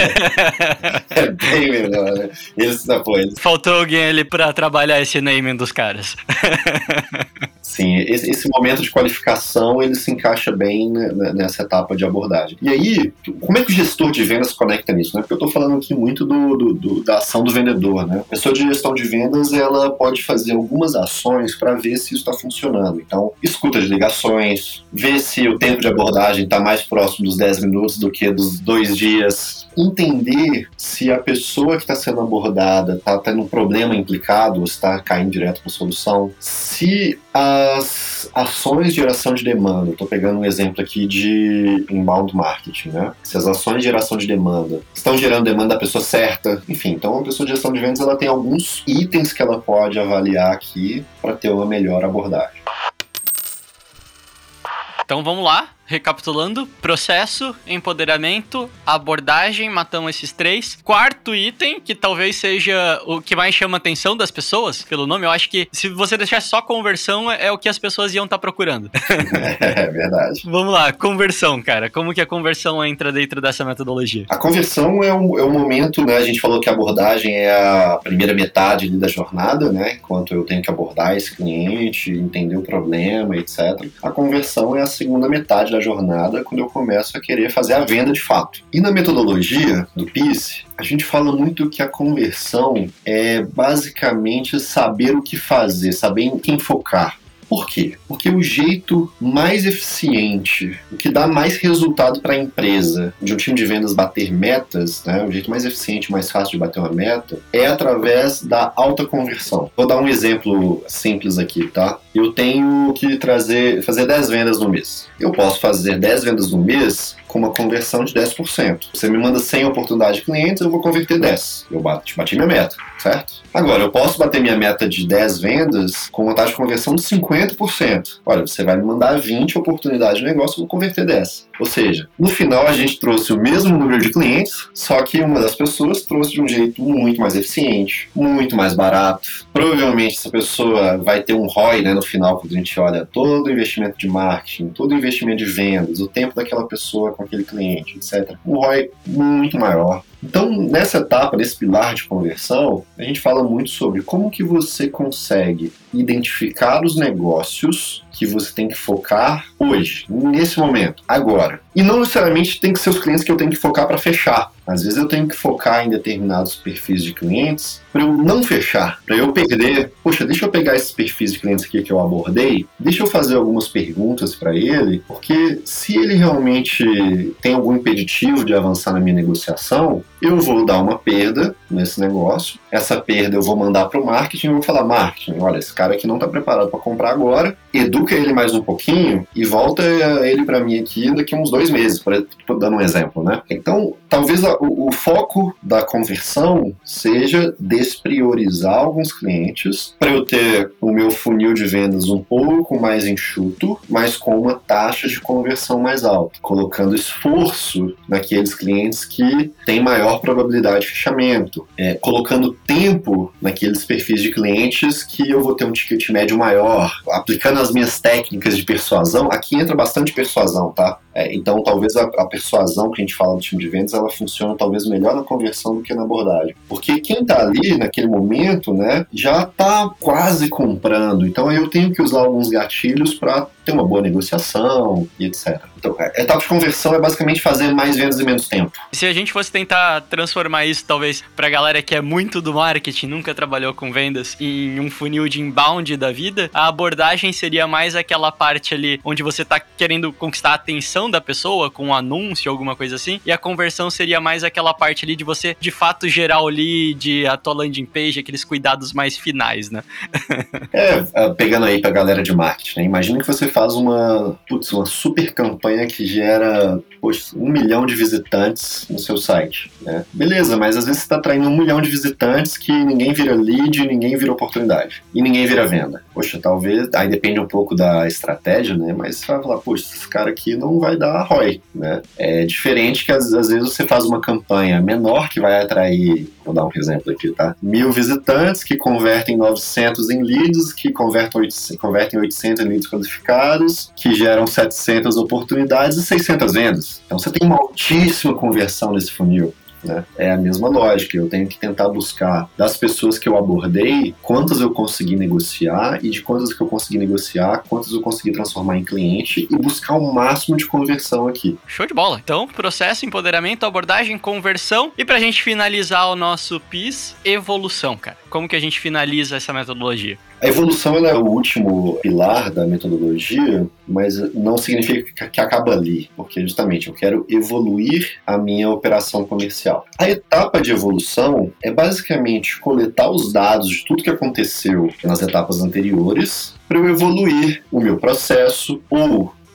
É, é bem melhor, né? Eles, não, pô, eles... Faltou alguém ali pra trabalhar esse naming dos caras. Sim, esse, esse momento de qualificação, ele se encaixa bem, né, nessa etapa de abordagem. E aí, como é que o gestor de vendas conecta nisso, né? Porque eu estou falando aqui muito do, do, do, da ação do vendedor, né? A pessoa de gestão de vendas, ela pode fazer algumas ações para ver se isso está funcionando. Então, escuta de ligações, ver se o tempo de abordagem está mais próximo dos dez minutos do que dos dois dias. Entender se a pessoa que está sendo abordada está tendo um problema implicado ou está caindo direto para a solução. Se as ações de geração de demanda, estou pegando um exemplo aqui de inbound marketing, né? Se as ações de geração de demanda estão gerando demanda da pessoa certa, enfim, então a pessoa de gestão de vendas ela tem alguns itens que ela pode avaliar aqui para ter uma melhor abordagem. Então vamos lá. recapitulando, processo, empoderamento, abordagem, matamos esses três. Quarto item, que talvez seja o que mais chama a atenção das pessoas, pelo nome, eu acho que se você deixar só conversão, é o que as pessoas iam estar procurando. É verdade. Vamos lá, conversão, cara. Como que a conversão entra dentro dessa metodologia? A conversão é um, é um momento, né, a gente falou que a abordagem é a primeira metade ali da jornada, né, enquanto eu tenho que abordar esse cliente, entender o problema, etcétera. A conversão é a segunda metade da jornada, quando eu começo a querer fazer a venda de fato. E na metodologia do P I S, a gente fala muito que a conversão é basicamente saber o que fazer, saber em quem focar. Por quê? Porque o jeito mais eficiente, o que dá mais resultado para a empresa, de um time de vendas bater metas, né, o jeito mais eficiente, mais fácil de bater uma meta, é através da alta conversão. Vou dar um exemplo simples aqui, tá? Eu tenho que trazer, fazer dez vendas no mês. Eu posso fazer dez vendas no mês com uma conversão de dez por cento. Você me manda cem oportunidades de clientes, eu vou converter dez. Eu bati, bati minha meta, certo? Agora, eu posso bater minha meta de dez vendas com uma taxa de conversão de cinquenta por cento. Olha, você vai me mandar vinte oportunidades de negócio, eu vou converter dez. Ou seja, no final a gente trouxe o mesmo número de clientes, só que uma das pessoas trouxe de um jeito muito mais eficiente, muito mais barato. Provavelmente essa pessoa vai ter um R O I, né, no final, quando a gente olha todo o investimento de marketing, todo o investimento de vendas, o tempo daquela pessoa com aquele cliente, etcétera. Um R O I muito maior. Então, nessa etapa, nesse pilar de conversão, a gente fala muito sobre como que você consegue identificar os negócios que você tem que focar hoje, nesse momento, agora. E não necessariamente tem que ser os clientes que eu tenho que focar para fechar. Às vezes eu tenho que focar em determinados perfis de clientes para eu não fechar, para eu perder. Poxa, deixa eu pegar esses perfis de clientes aqui que eu abordei, deixa eu fazer algumas perguntas para ele, porque se ele realmente tem algum impeditivo de avançar na minha negociação, eu vou dar uma perda nesse negócio. Essa perda eu vou mandar para o marketing e vou falar, marketing, olha, esse cara aqui não está preparado para comprar agora, educa ele mais um pouquinho e volta ele para mim aqui daqui a uns dois meses, por dando um exemplo, né? Então, talvez a, o, o foco da conversão seja despriorizar alguns clientes para eu ter o meu funil de vendas um pouco mais enxuto, mas com uma taxa de conversão mais alta, colocando esforço naqueles clientes que têm maior probabilidade de fechamento, é, colocando tempo naqueles perfis de clientes que eu vou ter um ticket médio maior, aplicando as minhas técnicas de persuasão. Aqui entra bastante persuasão, tá? É, então, talvez a, a persuasão que a gente fala do time de vendas, ela funciona talvez melhor na conversão do que na abordagem. Porque quem está ali, naquele momento, né, já está quase comprando. Então, eu tenho que usar alguns gatilhos para ter uma boa negociação e etcétera. Então, a etapa de conversão é basicamente fazer mais vendas em menos tempo. Se a gente fosse tentar transformar isso, talvez, pra galera que é muito do marketing, nunca trabalhou com vendas, em um funil de inbound da vida, a abordagem seria mais aquela parte ali onde você tá querendo conquistar a atenção da pessoa com um anúncio, alguma coisa assim, e a conversão seria mais aquela parte ali de você, de fato, gerar o lead, a tua landing page, aqueles cuidados mais finais, né? É, pegando aí pra galera de marketing, né? Imagina que você faz uma, putz, uma super campanha que gera, poxa, um milhão de visitantes no seu site, né? Beleza, mas às vezes você tá atraindo um milhão de visitantes que ninguém vira lead, ninguém vira oportunidade, e ninguém vira venda. Poxa, talvez, aí depende um pouco da estratégia, né? Mas você vai falar, poxa, esse cara aqui não vai dar R O I, né? É diferente que às, às vezes você faz uma campanha menor que vai atrair, vou dar um exemplo aqui, tá? Mil visitantes que convertem novecentos em leads, que convertem oitocentos, convertem oitocentos em leads qualificados, que geram setecentas oportunidades e seiscentas vendas. Então você tem uma altíssima conversão nesse funil. Né? É a mesma lógica, eu tenho que tentar buscar das pessoas que eu abordei, quantas eu consegui negociar, e de quantas que eu consegui negociar, quantas eu consegui transformar em cliente, e buscar o máximo de conversão aqui. Show de bola! Então, processo, empoderamento, abordagem, conversão, e pra gente finalizar o nosso P I S, evolução, cara. Como que a gente finaliza essa metodologia? A evolução ela é o último pilar da metodologia, mas não significa que acaba ali, porque justamente eu quero evoluir a minha operação comercial. A etapa de evolução é basicamente coletar os dados de tudo que aconteceu nas etapas anteriores para eu evoluir o meu processo ou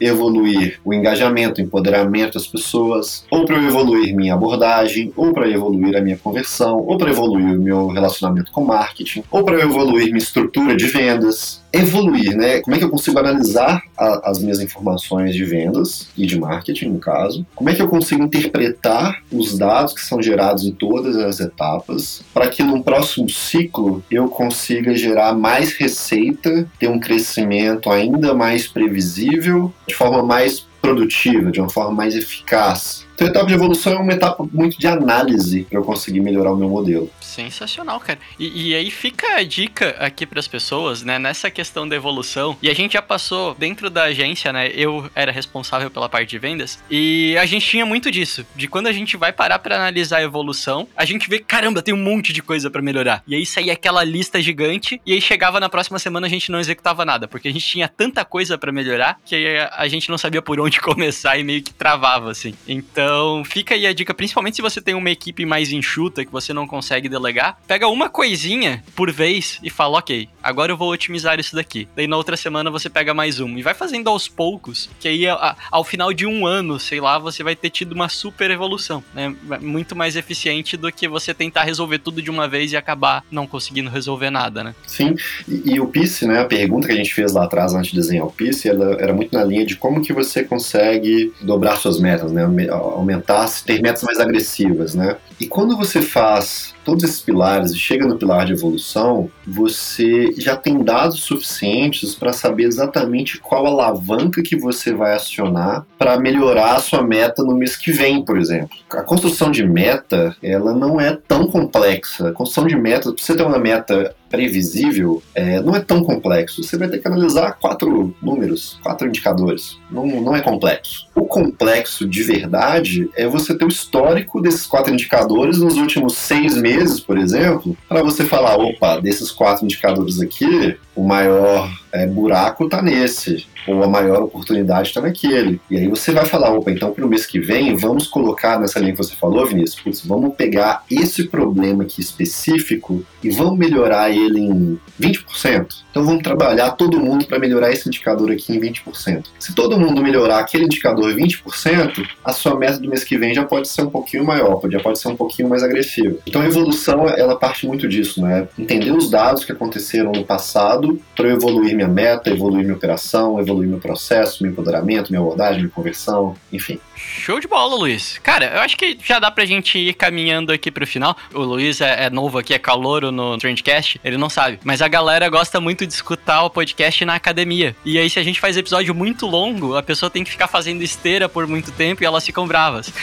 evoluir o engajamento, o empoderamento das pessoas, ou para eu evoluir minha abordagem, ou para evoluir a minha conversão, ou para evoluir o meu relacionamento com marketing, ou para eu evoluir minha estrutura de vendas. Evoluir, né? Como é que eu consigo analisar a, as minhas informações de vendas e de marketing, no caso? Como é que eu consigo interpretar os dados que são gerados em todas as etapas para que num próximo ciclo eu consiga gerar mais receita, ter um crescimento ainda mais previsível, de forma mais produtiva, de uma forma mais eficaz. Então a etapa de evolução é uma etapa muito de análise para eu conseguir melhorar o meu modelo. Sensacional, cara. E, e aí fica a dica aqui para as pessoas, né, nessa questão da evolução. E a gente já passou dentro da agência, né, eu era responsável pela parte de vendas, e a gente tinha muito disso, de quando a gente vai parar para analisar a evolução, a gente vê, caramba, tem um monte de coisa para melhorar. E aí saía aquela lista gigante, e aí chegava na próxima semana a gente não executava nada, porque a gente tinha tanta coisa para melhorar, que a gente não sabia por onde começar e meio que travava, assim. Então, fica aí a dica, principalmente se você tem uma equipe mais enxuta, que você não consegue delegar, pega uma coisinha por vez e fala, ok, agora eu vou otimizar isso daqui. Daí na outra semana você pega mais um e vai fazendo aos poucos, que aí a, ao final de um ano, sei lá, você vai ter tido uma super evolução, né? Muito mais eficiente do que você tentar resolver tudo de uma vez e acabar não conseguindo resolver nada, né? Sim, e, e o P I C, né, a pergunta que a gente fez lá atrás antes de desenhar o P I C, ela era muito na linha de como que você consegue dobrar suas metas, né, aumentar, ter metas mais agressivas, né? E quando você faz todos esses pilares e chega no pilar de evolução, você já tem dados suficientes para saber exatamente qual alavanca que você vai acionar para melhorar a sua meta no mês que vem, por exemplo. A construção de meta, ela não é tão complexa. A construção de meta, para você ter uma meta previsível, é, não é tão complexo. Você vai ter que analisar quatro números, quatro indicadores. Não, não é complexo. O complexo de verdade é você ter o histórico desses quatro indicadores nos últimos seis meses, por exemplo, para você falar, opa, desses quatro indicadores aqui, o maior é, buraco está nesse, ou a maior oportunidade está naquele. E aí você vai falar, opa, então para o mês que vem, vamos colocar nessa linha que você falou, Vinícius, putz, vamos pegar esse problema aqui específico e vamos melhorar ele em vinte por cento. Então vamos trabalhar todo mundo para melhorar esse indicador aqui em vinte por cento. Se todo mundo melhorar aquele indicador vinte por cento, a sua meta do mês que vem já pode ser um pouquinho maior, já pode ser um pouquinho mais agressiva. Então a evolução, ela parte muito disso, né? Entender os dados que aconteceram no passado para eu evoluir minha meta, evoluir minha operação, evoluir meu processo, meu empoderamento, minha abordagem, minha conversão, enfim. Show de bola, Luiz. Cara, eu acho que já dá pra gente ir caminhando aqui pro final. O Luiz é, é novo aqui, é calouro no Trendcast, ele não sabe. Mas a galera gosta muito de escutar o podcast na academia. E aí, se a gente faz episódio muito longo, a pessoa tem que ficar fazendo esteira por muito tempo e elas ficam bravas.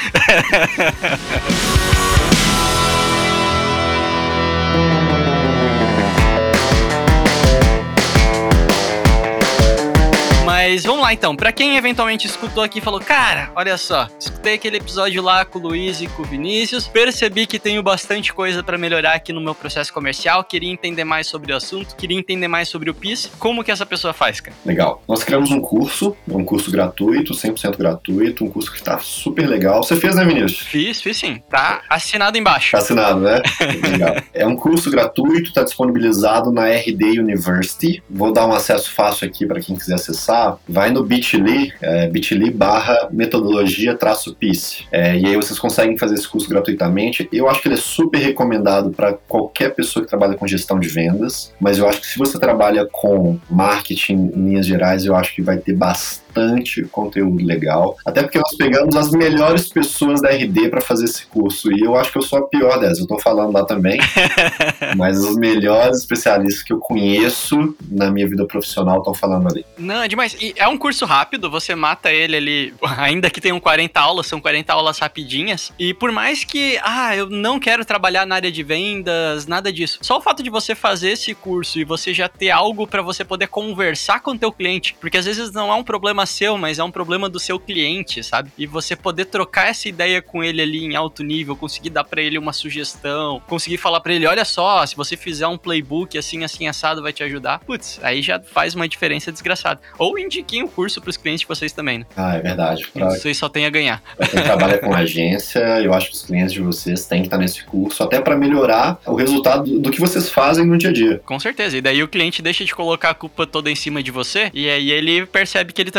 Mas vamos lá então, pra quem eventualmente escutou aqui e falou, cara, olha só, escutei aquele episódio lá com o Luiz e com o Vinícius, percebi que tenho bastante coisa pra melhorar aqui no meu processo comercial, queria entender mais sobre o assunto, queria entender mais sobre o P I S, como que essa pessoa faz, cara? Legal. Nós criamos um curso, um curso gratuito, cem por cento gratuito, um curso que tá super legal. Você fez, né, Vinícius? Fiz, fiz sim. Tá assinado embaixo. Tá assinado, né? Legal. É um curso gratuito, tá disponibilizado na R D University. Vou dar um acesso fácil aqui para quem quiser acessar. Vai no bit.ly, é, bit.ly barra metodologia traço P I S. É, e aí vocês conseguem fazer esse curso gratuitamente. Eu acho que ele é super recomendado para qualquer pessoa que trabalha com gestão de vendas, mas eu acho que se você trabalha com marketing em linhas gerais, eu acho que vai ter bastante conteúdo legal. Até porque nós pegamos as melhores pessoas da R D para fazer esse curso. E eu acho que eu sou a pior dessas. Eu tô falando lá também. Mas os melhores especialistas que eu conheço na minha vida profissional estão falando ali. Não, é demais. E é um curso rápido, você mata ele ali, ainda que tenham quarenta aulas, são quarenta aulas rapidinhas. E por mais que, ah, eu não quero trabalhar na área de vendas, nada disso. Só o fato de você fazer esse curso e você já ter algo para você poder conversar com o teu cliente, porque às vezes não é um problema seu, mas é um problema do seu cliente, sabe? E você poder trocar essa ideia com ele ali em alto nível, conseguir dar pra ele uma sugestão, conseguir falar pra ele, olha só, se você fizer um playbook assim, assim, assado, vai te ajudar. Putz, aí já faz uma diferença desgraçada. Ou indiquem o curso pros clientes de vocês também, né? Ah, é verdade. Pra... Vocês só têm a ganhar. Pra quem trabalha com agência, eu acho que os clientes de vocês têm que estar nesse curso, até pra melhorar o resultado do que vocês fazem no dia a dia. Com certeza. E daí o cliente deixa de colocar a culpa toda em cima de você, e aí ele percebe que ele também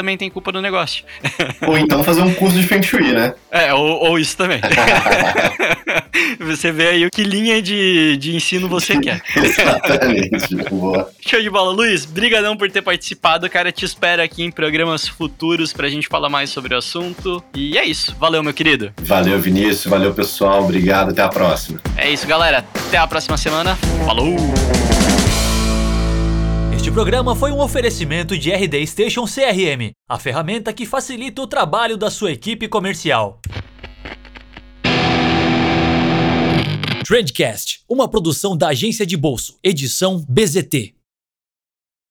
também tem culpa no negócio. Ou então fazer um curso de Feng Shui, né? É, ou, ou isso também. Você vê aí o que linha de, de ensino você quer. Exatamente, boa. Show de bola. Luiz, brigadão por ter participado, cara. Te espero aqui em programas futuros pra gente falar mais sobre o assunto. E é isso. Valeu, meu querido. Valeu, Vinícius. Valeu, pessoal. Obrigado. Até a próxima. É isso, galera. Até a próxima semana. Falou! Este programa foi um oferecimento de R D Station C R M, a ferramenta que facilita o trabalho da sua equipe comercial. Trendcast, uma produção da Agência de Bolso, edição B Z T.